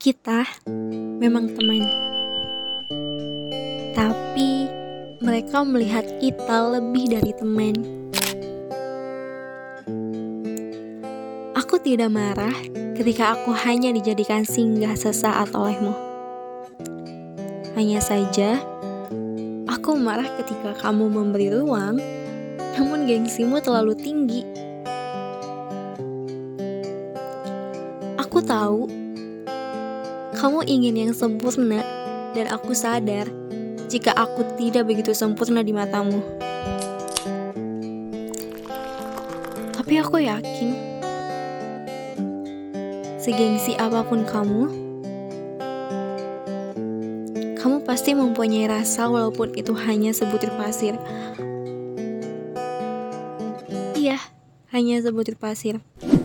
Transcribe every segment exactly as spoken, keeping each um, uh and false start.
Kita memang teman, tapi mereka melihat kita lebih dari teman. Aku tidak marah ketika aku hanya dijadikan singgah sesaat olehmu. Hanya saja, aku marah ketika kamu memberi ruang, namun gengsimu terlalu tinggi. Aku tahu kamu ingin yang sempurna, dan aku sadar jika aku tidak begitu sempurna di matamu. Tapi aku yakin, segengsi apapun kamu, kamu pasti mempunyai rasa walaupun itu hanya sebutir pasir. Iya, hanya sebutir pasir.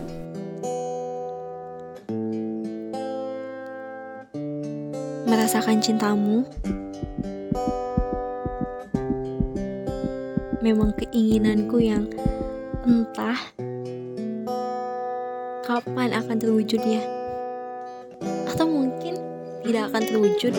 Merasakan cintamu memang keinginanku yang entah kapan akan terwujudnya, atau mungkin tidak akan terwujud.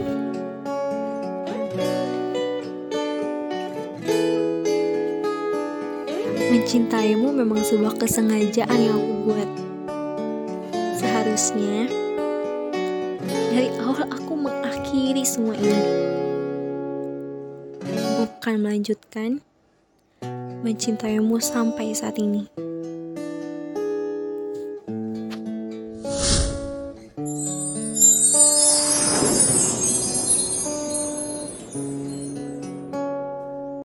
Mencintaimu memang sebuah kesengajaan yang aku buat. Seharusnya dari awal aku mengakhiri semua ini, bukan melanjutkan mencintaimu sampai saat ini.